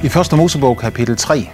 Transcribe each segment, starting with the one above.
I 1. Mosebog kapitel 3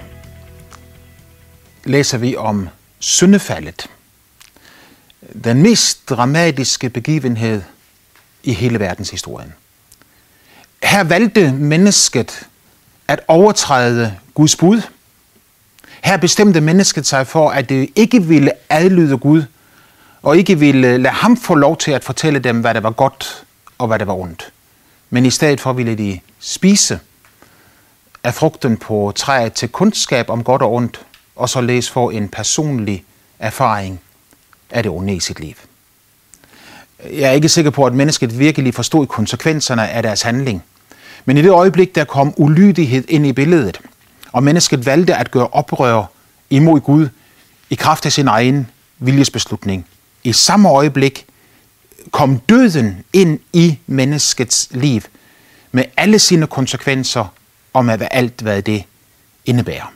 læser vi om syndefaldet. Den mest dramatiske begivenhed i hele verdenshistorien. Her valgte mennesket at overtræde Guds bud. Her bestemte mennesket sig for, at det ikke ville adlyde Gud, og ikke ville lade ham få lov til at fortælle dem, hvad der var godt og hvad der var ondt. Men i stedet for ville de spise af frugten på træet til kundskab om godt og ondt, og således få en personlig erfaring af det onde i sit liv. Jeg er ikke sikker på, at mennesket virkelig forstod konsekvenserne af deres handling. Men i det øjeblik, der kom ulydighed ind i billedet, og mennesket valgte at gøre oprør imod Gud i kraft af sin egen viljesbeslutning, i samme øjeblik kom døden ind i menneskets liv med alle sine konsekvenser og med alt, hvad det indebærer.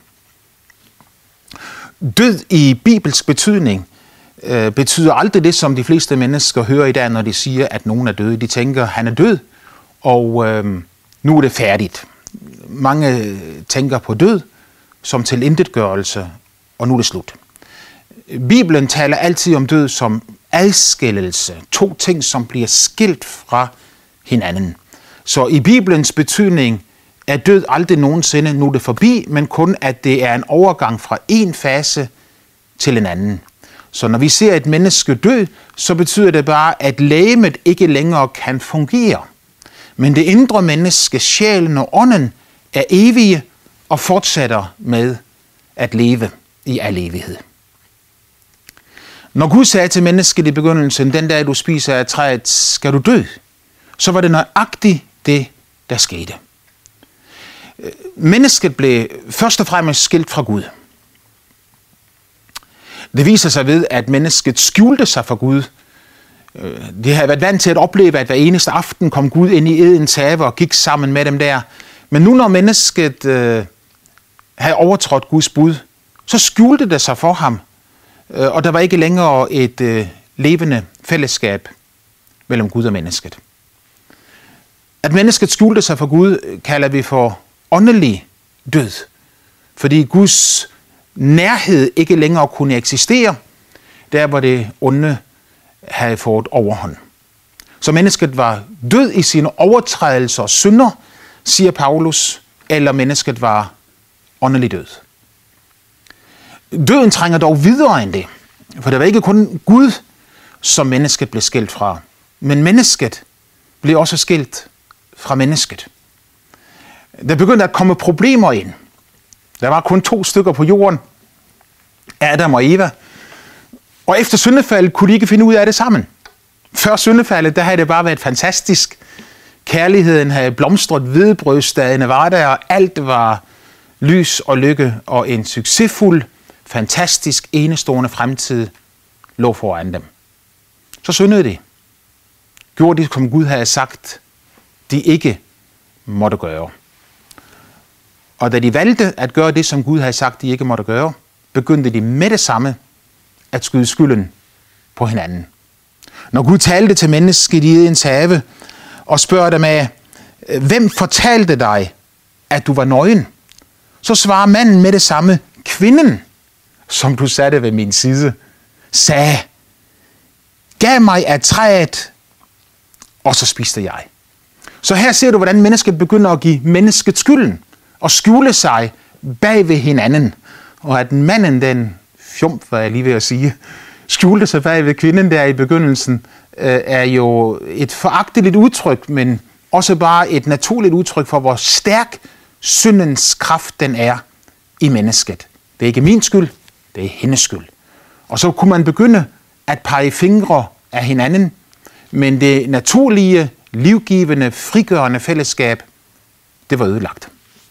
Død i bibelsk betydning betyder aldrig det, som de fleste mennesker hører i dag, når de siger, at nogen er død. De tænker, han er død, og nu er det færdigt. Mange tænker på død som tilintetgørelse, og nu er det slut. Bibelen taler altid om død som adskillelse. To ting, som bliver skilt fra hinanden. Så i Bibelens betydning er død aldrig nogensinde nu er det forbi, men kun at det er en overgang fra en fase til en anden. Så når vi ser et menneske dø, så betyder det bare, at legemet ikke længere kan fungere. Men det indre menneske, sjælen og ånden, er evige og fortsætter med at leve i al evighed. Når Gud sagde til mennesket i begyndelsen, den dag du spiser af træet, skal du dø, så var det nøjagtigt det, der skete. Mennesket blev først og fremmest skilt fra Gud. Det viser sig ved, at mennesket skjulte sig for Gud. De havde været vant til at opleve, at hver eneste aften kom Gud ind i Edens have og gik sammen med dem der. Men nu når mennesket havde overtrådt Guds bud, så skjulte det sig for ham. Og der var ikke længere et levende fællesskab mellem Gud og mennesket. At mennesket skjulte sig for Gud, kalder vi for åndelig død. Fordi Guds nærhed ikke længere kunne eksistere, der hvor det onde havde fået overhånd. Så mennesket var død i sine overtrædelser og synder, siger Paulus, eller mennesket var åndelig død. Døden trænger dog videre end det, for det var ikke kun Gud, som mennesket blev skilt fra, men mennesket blev også skilt fra mennesket. Der begyndte at komme problemer ind. Der var kun 2 stykker på jorden, Adam og Eva, og efter syndefaldet kunne de ikke finde ud af det sammen. Før syndefaldet, der havde det bare været fantastisk. Kærligheden havde blomstret, hvedebrødstadene var der, og alt var lys og lykke, og en succesfuld, fantastisk, enestående fremtid lå foran dem. Så syndede de. Gjorde de, som Gud havde sagt, de ikke måtte gøre. Og da de valgte at gøre det, som Gud havde sagt, de ikke måtte gøre, begyndte de med det samme at skyde skylden på hinanden. Når Gud talte til mennesket i Edens have og spørger dem af, hvem fortalte dig, at du var nøgen? Så svarer manden med det samme, kvinden, som du satte ved min side, sagde, gav mig af træet, og så spiste jeg. Så her ser du, hvordan mennesket begynder at give mennesket skylden og skjule sig bag ved hinanden. Og at manden, den fjump, hvad jeg lige ved at sige, skjulte sig bag ved kvinden der i begyndelsen, er jo et foragteligt udtryk, men også bare et naturligt udtryk for, hvor stærk syndens kraft den er i mennesket. Det er ikke min skyld, det er hendes skyld. Og så kunne man begynde at pege fingre af hinanden, men det naturlige, livgivende, frigørende fællesskab, det var ødelagt.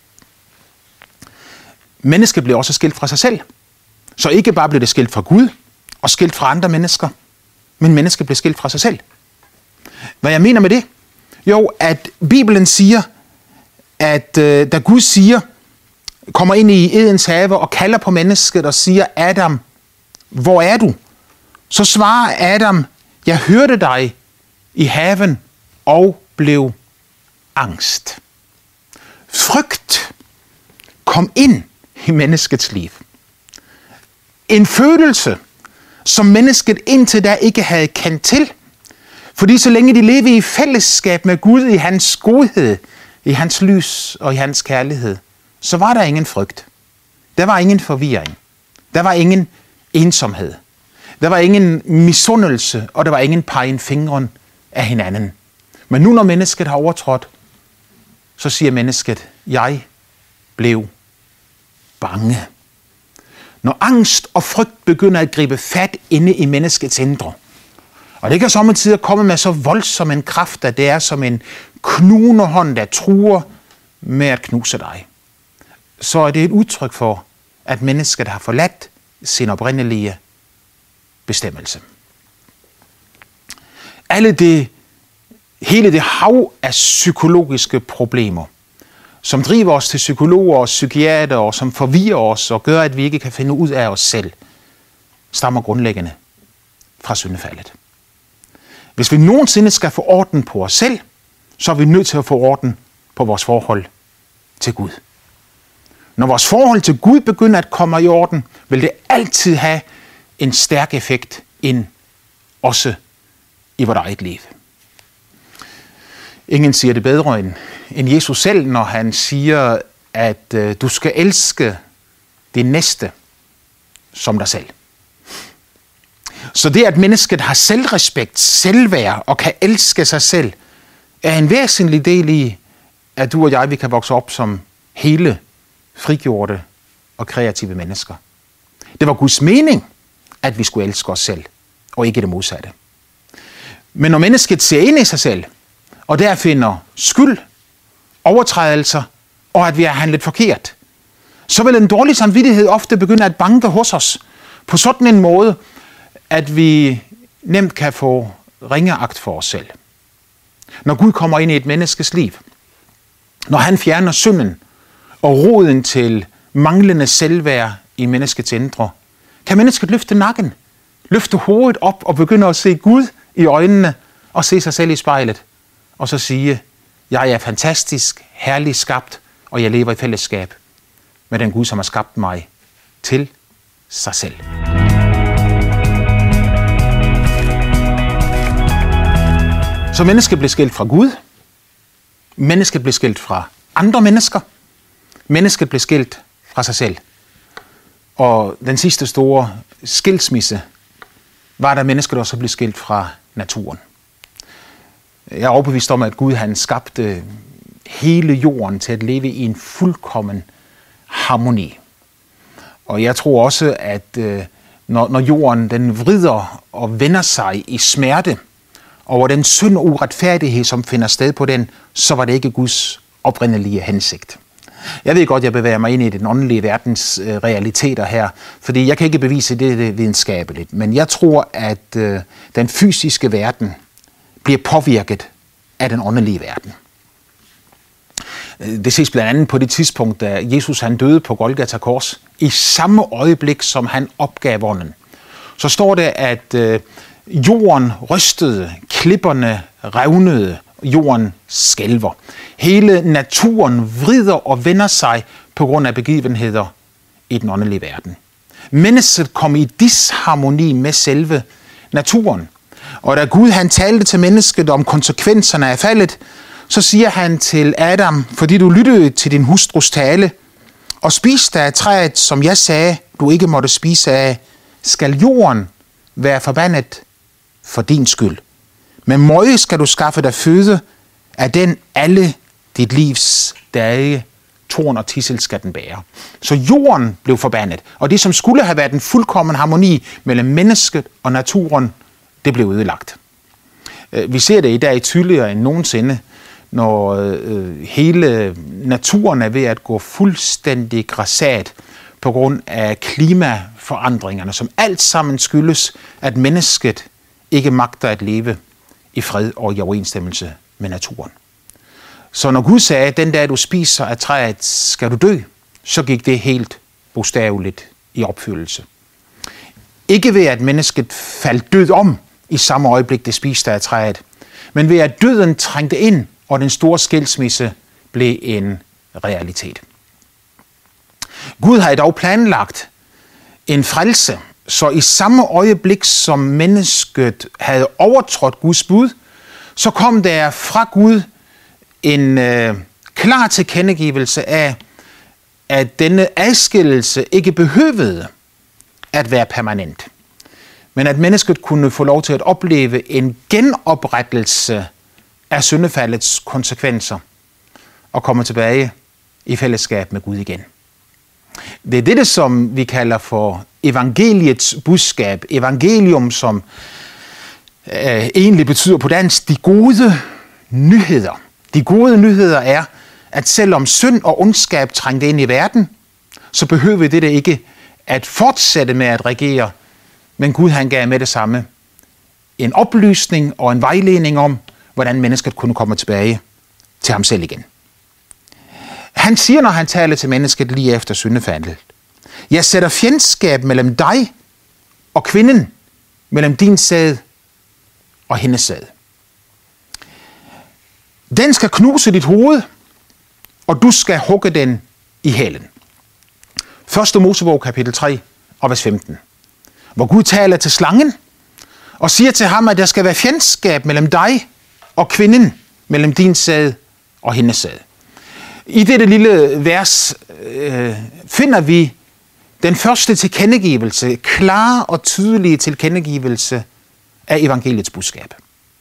Mennesket blev også skilt fra sig selv. Så ikke bare blev det skilt fra Gud og skilt fra andre mennesker, men mennesket blev skilt fra sig selv. Hvad jeg mener med det? Jo, at Bibelen siger, at da Gud siger, kommer ind i Edens have og kalder på mennesket og siger, Adam, hvor er du? Så svarer Adam, jeg hørte dig i haven og blev angst. Frygt kom ind i menneskets liv. En følelse, som mennesket indtil da ikke havde kendt til. Fordi så længe de levede i fællesskab med Gud, i hans godhed, i hans lys og i hans kærlighed, så var der ingen frygt. Der var ingen forvirring. Der var ingen ensomhed. Der var ingen misundelse, og der var ingen pegen fingeren af hinanden. Men nu når mennesket har overtrådt, så siger mennesket, jeg blev bange. Når angst og frygt begynder at gribe fat inde i menneskets indre, og det kan sommetider komme med så voldsom en kraft, at det er som en knugende hånd, der truer med at knuse dig, så er det et udtryk for, at mennesket har forladt sin oprindelige bestemmelse. Hele det hav af psykologiske problemer, som driver os til psykologer og psykiater, og som forvirrer os og gør, at vi ikke kan finde ud af os selv, stammer grundlæggende fra syndefaldet. Hvis vi nogensinde skal få orden på os selv, så er vi nødt til at få orden på vores forhold til Gud. Når vores forhold til Gud begynder at komme i orden, vil det altid have en stærk effekt ind også i vores eget liv. Ingen siger det bedre end Jesus selv, når han siger, at du skal elske det næste som dig selv. Så det, at mennesket har selvrespekt, selvværd og kan elske sig selv, er en væsentlig del i, at du og jeg vi kan vokse op som hele, frigjorte og kreative mennesker. Det var Guds mening, at vi skulle elske os selv, og ikke det modsatte. Men når mennesket ser ind i sig selv, og der finder skyld, overtrædelser, og at vi har handlet forkert, så vil en dårlig samvittighed ofte begynde at banke hos os på sådan en måde, at vi nemt kan få ringeagt for os selv. Når Gud kommer ind i et menneskes liv, når han fjerner synden og roden til manglende selvværd i menneskets indre, kan mennesket løfte nakken, løfte hovedet op og begynde at se Gud i øjnene og se sig selv i spejlet, og så sige, jeg er fantastisk, herligt skabt, og jeg lever i fællesskab med den Gud, som har skabt mig til sig selv. Så mennesket blev skilt fra Gud, mennesket blev skilt fra andre mennesker, mennesket blev skilt fra sig selv. Og den sidste store skilsmisse var, da mennesket også blev skilt fra naturen. Jeg er overbevist om, at Gud han skabte hele jorden til at leve i en fuldkommen harmoni. Og jeg tror også, at når jorden den vrider og vender sig i smerte over den synd og uretfærdighed, som finder sted på den, så var det ikke Guds oprindelige hensigt. Jeg ved godt, jeg bevæger mig ind i den åndelige verdens realiteter her, fordi jeg kan ikke bevise det videnskabeligt. Men jeg tror, at den fysiske verden bliver påvirket af den åndelige verden. Det ses blandt andet på det tidspunkt, da Jesus han døde på Golgata Kors. I samme øjeblik, som han opgav ånden, så står det, at jorden rystede, klipperne revnede, jorden skælver. Hele naturen vrider og vender sig på grund af begivenheder i den åndelige verden. Mennesket kom i disharmoni med selve naturen. Og da Gud han talte til mennesket om konsekvenserne af faldet, så siger han til Adam, fordi du lyttede til din hustrus tale, og spiste af træet, som jeg sagde, du ikke måtte spise af, skal jorden være forbandet for din skyld. Med møje skal du skaffe dig føde, af den alle dit livs dage, torn og tidsel skal den bære. Så jorden blev forbandet, og det som skulle have været en fuldkommen harmoni mellem mennesket og naturen, det blev ødelagt. Vi ser det i dag tydeligere end nogensinde, når hele naturen er ved at gå fuldstændig grassat på grund af klimaforandringerne, som alt sammen skyldes, at mennesket ikke magter at leve i fred og i overensstemmelse med naturen. Så når Gud sagde, at den dag du spiser af træet, skal du dø, så gik det helt bogstaveligt i opfyldelse. Ikke ved at mennesket faldt død om i samme øjeblik, det spiste af træet, men ved at døden trængte ind, og den store skilsmisse blev en realitet. Gud havde dog planlagt en frelse, så i samme øjeblik, som mennesket havde overtrådt Guds bud, så kom der fra Gud en klar tilkendegivelse af, at denne adskillelse ikke behøvede at være permanent, men at mennesket kunne få lov til at opleve en genoprettelse af syndefaldets konsekvenser og komme tilbage i fællesskab med Gud igen. Det er dette, som vi kalder for evangeliets budskab. Evangelium, som egentlig betyder på dansk de gode nyheder. De gode nyheder er, at selvom synd og ondskab trængte ind i verden, så behøver det ikke at fortsætte med at regere, men Gud han gav med det samme en oplysning og en vejledning om, hvordan mennesket kunne komme tilbage til ham selv igen. Han siger, når han taler til mennesket lige efter syndefaldet: jeg sætter fjendskab mellem dig og kvinden, mellem din sæd og hendes sæd. Den skal knuse dit hoved, og du skal hugge den i hælen. 1. Mosebog kapitel 3 og vers 15. Hvor Gud taler til slangen og siger til ham, at der skal være fjendskab mellem dig og kvinden, mellem din sæd og hendes sæd. I dette lille vers finder vi den første tilkendegivelse, klare og tydelige tilkendegivelse af evangeliets budskab.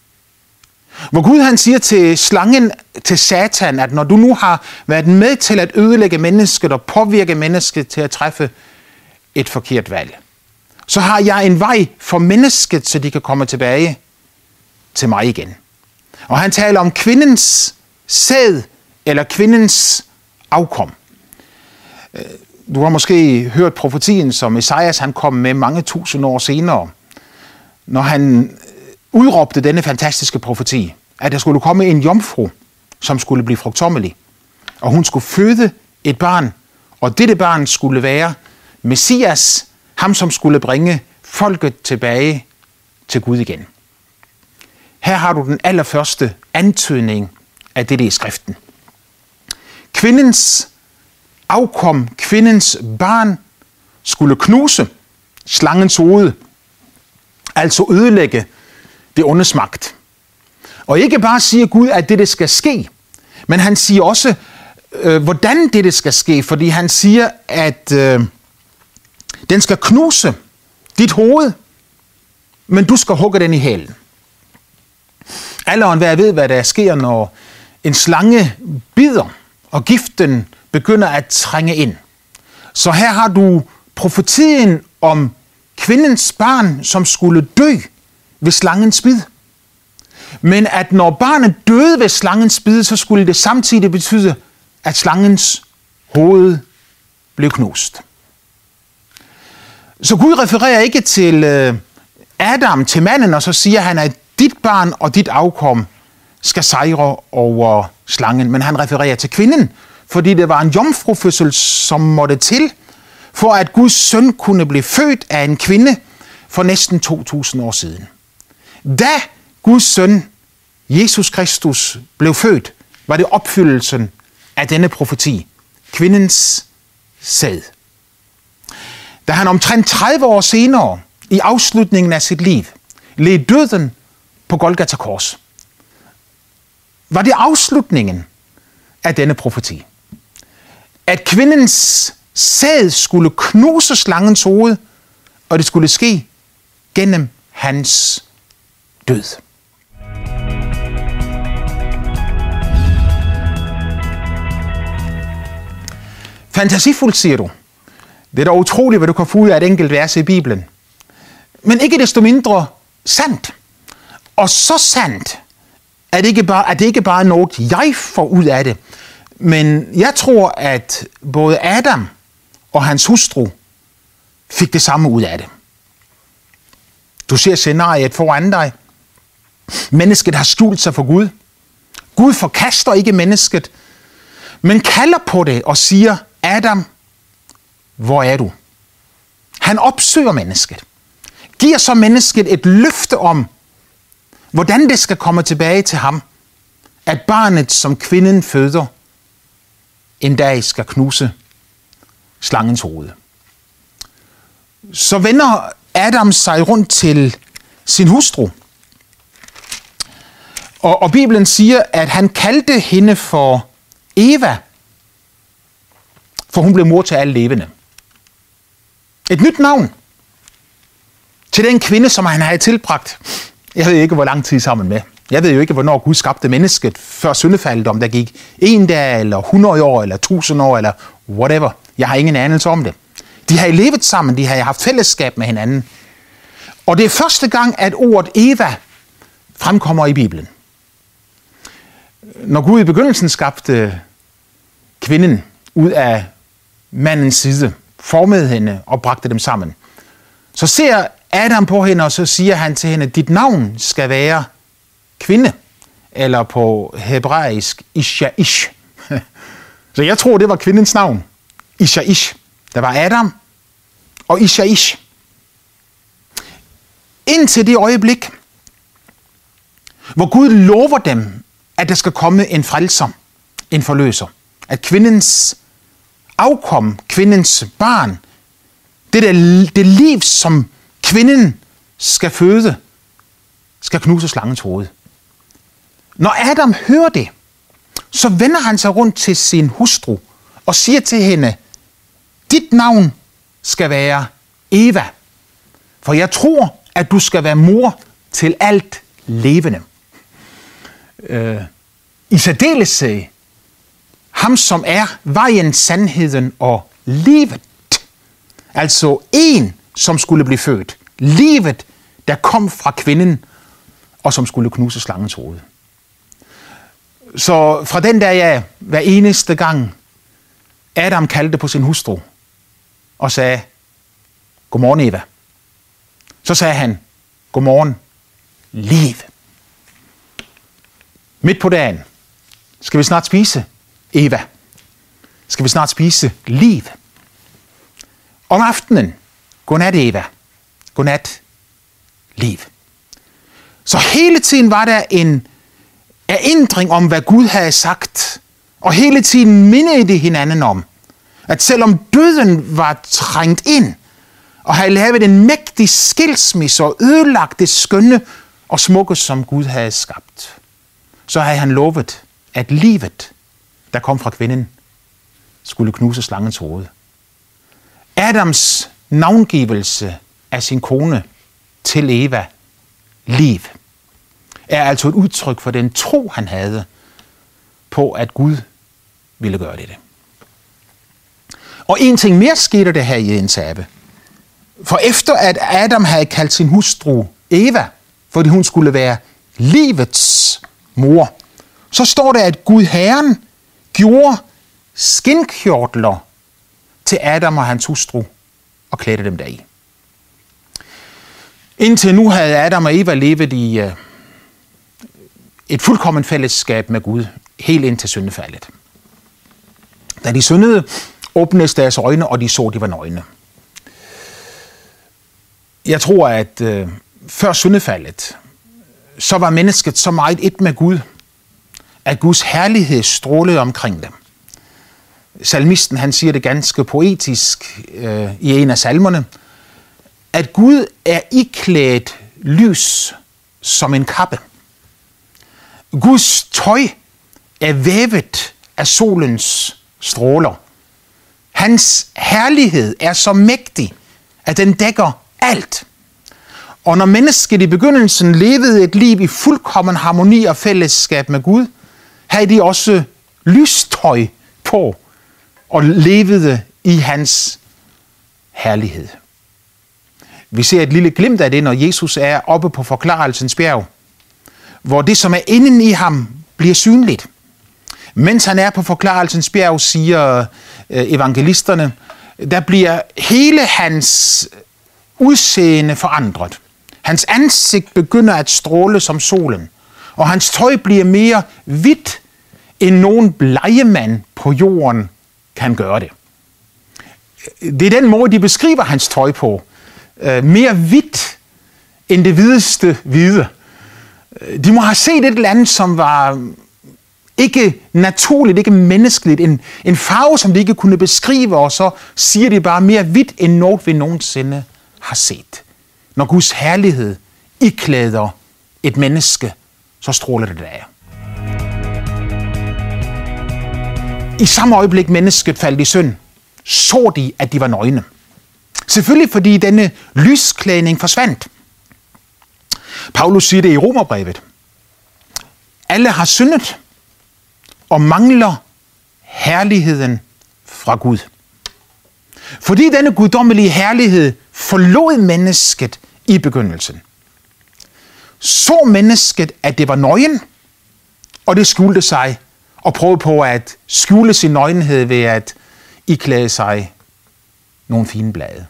Hvor Gud han siger til slangen, til Satan, at når du nu har været med til at ødelægge mennesket og påvirke mennesket til at træffe et forkert valg, så har jeg en vej for mennesket, så de kan komme tilbage til mig igen. Og han taler om kvindens sæd eller kvindens afkom. Du har måske hørt profetien, som Esajas han kom med mange tusind år senere, når han udråbte denne fantastiske profeti, at der skulle komme en jomfru, som skulle blive frugtsommelig, og hun skulle føde et barn, og dette barn skulle være Messias, ham som skulle bringe folket tilbage til Gud igen. Her har du den allerførste antydning af dette i skriften. Kvindens afkom, kvindens barn, skulle knuse slangens hoved, altså ødelægge det ondes magt. Og ikke bare siger Gud, at dette skal ske, men han siger også, hvordan dette skal ske, fordi han siger, at den skal knuse dit hoved, men du skal hugge den i hælen. Alle og enhver ved, hvad der sker, når en slange bider, og giften begynder at trænge ind. Så her har du profetien om kvindens barn, som skulle dø ved slangens bid. Men at når barnet døde ved slangens bid, så skulle det samtidig betyde, at slangens hoved blev knust. Så Gud refererer ikke til Adam, til manden, og så siger han, at dit barn og dit afkom skal sejre over slangen. Men han refererer til kvinden, fordi det var en jomfrufødsel, som måtte til, for at Guds søn kunne blive født af en kvinde for næsten 2000 år siden. Da Guds søn, Jesus Kristus, blev født, var det opfyldelsen af denne profeti, kvindens sæd. Da han omtrent 30 år senere, i afslutningen af sit liv, led døden på Golgata Kors, var det afslutningen af denne profeti. At kvindens sæd skulle knuse slangens hoved, og det skulle ske gennem hans død. Fantasifuldt, siger du. Det er da utroligt, hvad du kan få ud af et enkelt vers i Bibelen. Men ikke desto mindre sandt. Og så sandt, at det ikke bare er noget, jeg får ud af det. Men jeg tror, at både Adam og hans hustru fik det samme ud af det. Du ser scenariet foran dig. Mennesket har skjult sig for Gud. Gud forkaster ikke mennesket, men kalder på det og siger, Adam, hvor er du? Han opsøger mennesket. Giver så mennesket et løfte om, hvordan det skal komme tilbage til ham, at barnet, som kvinden føder, en dag skal knuse slangens hoved. Så vender Adam sig rundt til sin hustru. Og Bibelen siger, at han kaldte hende for Eva, for hun blev mor til alle levende. Et nyt navn til den kvinde, som han havde tilbragt, jeg ved ikke, hvor lang tid sammen med. Jeg ved jo ikke, hvornår Gud skabte mennesket før syndefaldet, om der gik 1 dag, eller 100 år, eller 1000 år, eller whatever. Jeg har ingen anelse om det. De havde levet sammen, de havde haft fællesskab med hinanden. Og det er første gang, at ordet Eva fremkommer i Bibelen. Når Gud i begyndelsen skabte kvinden ud af mandens side, formede hende og bragte dem sammen, så ser Adam på hende, og så siger han til hende, dit navn skal være kvinde, eller på hebraisk Isha-ish. Så jeg tror, det var kvindens navn, Isha-ish. Der var Adam og Isha-ish. Indtil det øjeblik, hvor Gud lover dem, at der skal komme en frelser, en forløser. At kvindens afkom, kvindens barn, det liv, som kvinden skal føde, skal knuse slangens hoved. Når Adam hører det, så vender han sig rundt til sin hustru og siger til hende, dit navn skal være Eva, for jeg tror, at du skal være mor til alt levende. I særdeleshed ham, som er vejen, sandheden og livet. Altså en, som skulle blive født. Livet, der kom fra kvinden, og som skulle knuse slangens hoved. Så fra den dag af, hver eneste gang, Adam kaldte på sin hustru og sagde, godmorgen Eva. Så sagde han, godmorgen liv. Midt på dagen, skal vi snart spise Eva. Skal vi snart spise liv. Om aftenen, godnat Eva. Godnat liv. Så hele tiden var der en erindring om, hvad Gud havde sagt. Og hele tiden mindede de hinanden om, at selvom døden var trængt ind, og havde lavet en mægtig skilsmisse og ødelagt det skønne og smukke, som Gud havde skabt, så havde han lovet, at livet, der kom fra kvinden, skulle knuse slangens hoved. Adams navngivelse af sin kone til Eva, liv, er altså et udtryk for den tro, han havde på, at Gud ville gøre det. Og en ting mere skete det her i Edens have. For efter at Adam havde kaldt sin hustru Eva, fordi hun skulle være livets mor, så står der, at Gud Herren gjorde skinkjortler til Adam og hans hustru og klædte dem deri. Indtil nu havde Adam og Eva levet i et fuldkommen fællesskab med Gud, helt indtil syndefaldet. Da de syndede, åbnedes deres øjne, og de så, at de var nøgne. Jeg tror, at før syndefaldet, så var mennesket så meget et med Gud, at Guds herlighed strålede omkring dem. Salmisten, han siger det ganske poetisk i en af salmerne, at Gud er iklædt lys som en kappe. Guds tøj er vævet af solens stråler. Hans herlighed er så mægtig, at den dækker alt. Og når mennesket i begyndelsen levede et liv i fuldkommen harmoni og fællesskab med Gud, havde de også lystøj på og levede i hans herlighed. Vi ser et lille glimt af det, når Jesus er oppe på forklarelsens bjerg, hvor det, som er inden i ham, bliver synligt. Mens han er på forklarelsens bjerg, siger evangelisterne, der bliver hele hans udseende forandret. Hans ansigt begynder at stråle som solen, og hans tøj bliver mere hvidt, end nogen blegemand på jorden kan gøre det. Det er den måde, de beskriver hans tøj på. Mere hvidt end det hvideste hvide. De må have set et eller andet, som var Ikke naturligt, ikke menneskeligt. En farve, som vi ikke kunne beskrive, og så siger de bare mere hvidt, end noget vi nogensinde har set. Når Guds herlighed iklæder et menneske, så stråler det af. I samme øjeblik mennesket faldt i synd, så de, at de var nøgne. Selvfølgelig fordi denne lysklædning forsvandt. Paulus siger det i Romerbrevet. Alle har syndet og mangler herligheden fra Gud. Fordi denne guddommelige herlighed forlod mennesket i begyndelsen, så mennesket, at det var nøgen, og det skjulte sig, og prøvede på at skjule sin nøgenhed ved at iklæde sig nogle fine blade.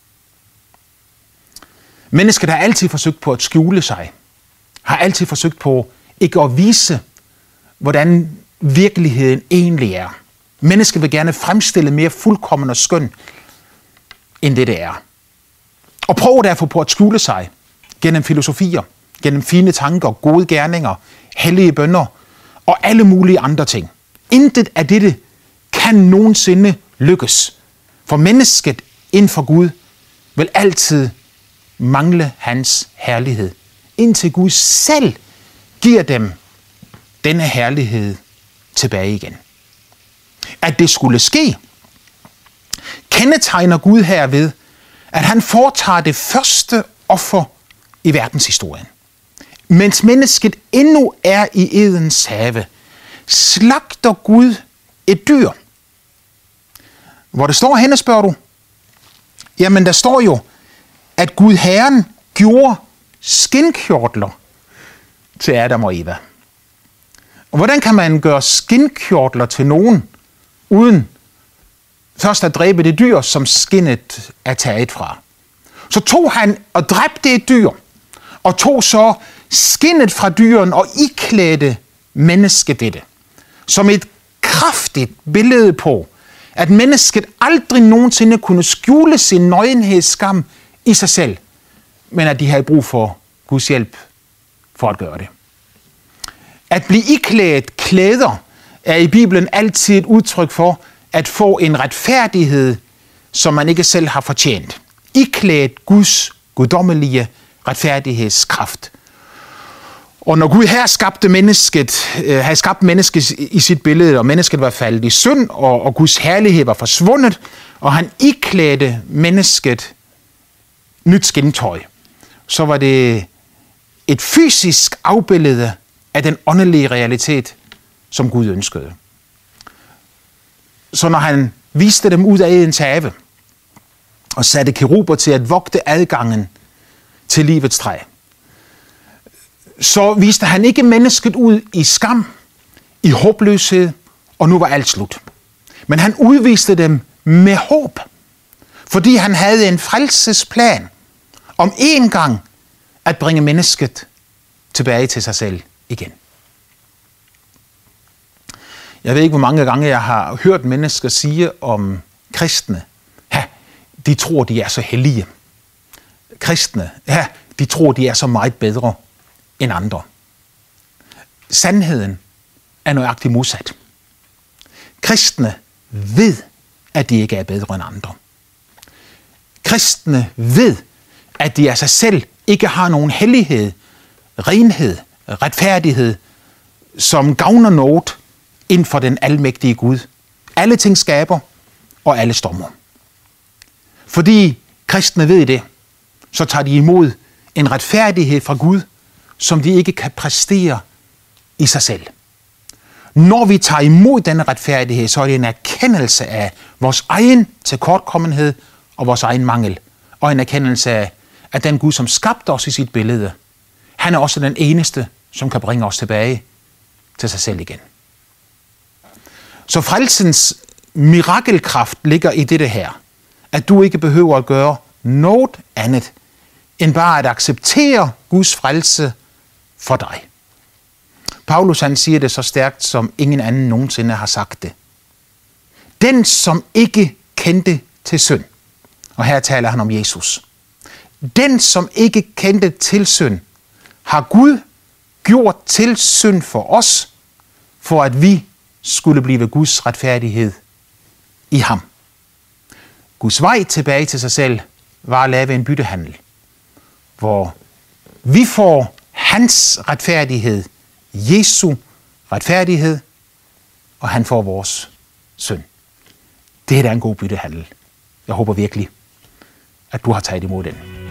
Mennesket har altid forsøgt på at skjule sig, har altid forsøgt på ikke at vise, hvordan virkeligheden egentlig er. Mennesket vil gerne fremstille mere fuldkommen og skøn, end det er. Og prøver derfor på at skjule sig gennem filosofier, gennem fine tanker, gode gerninger, hellige bønner og alle mulige andre ting. Intet af dette kan nogensinde lykkes, for mennesket inden for Gud vil altid mangle hans herlighed, indtil Gud selv giver dem denne herlighed tilbage igen. At det skulle ske, kendetegner Gud herved, at han foretager det første offer i verdenshistorien. Mens mennesket endnu er i Edens have, slagter Gud et dyr. Hvor det står henne, spørger du? Jamen, der står jo, at Gud Herren gjorde skinkjortler til Adam og Eva. Og hvordan kan man gøre skinkjortler til nogen, uden først at dræbe det dyr, som skinnet er taget fra? Så tog han og dræbte et dyr, og tog så skinnet fra dyren og iklædte mennesket det. Som et kraftigt billede på, at mennesket aldrig nogensinde kunne skjule sin nøgenhedsskam i sig selv, men at de havde brug for Guds hjælp for at gøre det. At blive iklædt klæder er i Bibelen altid et udtryk for at få en retfærdighed, som man ikke selv har fortjent. Iklædt Guds guddommelige retfærdighedskraft. Og når Gud her havde skabt mennesket i sit billede, og mennesket var faldet i synd, og Guds herlighed var forsvundet, og han iklædte mennesket nyt skintøj, så var det et fysisk afbillede af den åndelige realitet, som Gud ønskede. Så når han viste dem ud af Edens have, og satte keruber til at vogte adgangen til livets træ, så viste han ikke mennesket ud i skam, i håbløshed, og nu var alt slut. Men han udviste dem med håb, fordi han havde en frelsesplan om en gang at bringe mennesket tilbage til sig selv igen. Jeg ved ikke, hvor mange gange jeg har hørt mennesker sige om kristne, ja, de tror, de er så hellige. Kristne, ja, de tror, de er så meget bedre end andre. Sandheden er nøjagtigt modsat. Kristne ved, at de ikke er bedre end andre. Kristne ved, at de af sig selv ikke har nogen hellighed, renhed, retfærdighed, som gavner noget inden for den almægtige Gud. Alle ting skaber, og alle stormer. Fordi kristne ved det, så tager de imod en retfærdighed fra Gud, som de ikke kan præstere i sig selv. Når vi tager imod denne retfærdighed, så er det en erkendelse af vores egen tilkortkommenhed og vores egen mangel, og en erkendelse af, at den Gud, som skabte os i sit billede, han er også den eneste, som kan bringe os tilbage til sig selv igen. Så frelsens mirakelkraft ligger i dette her, at du ikke behøver at gøre noget andet, end bare at acceptere Guds frelse for dig. Paulus han siger det så stærkt, som ingen anden nogensinde har sagt det. Den, som ikke kendte til synd, og her taler han om Jesus. Den, som ikke kendte til synd, har Gud gjort til synd for os, for at vi skulle blive Guds retfærdighed i ham. Guds vej tilbage til sig selv var at lave en byttehandel, hvor vi får hans retfærdighed, Jesu retfærdighed, og han får vores synd. Det er da en god byttehandel. Jeg håber virkelig, at du har taget imod den.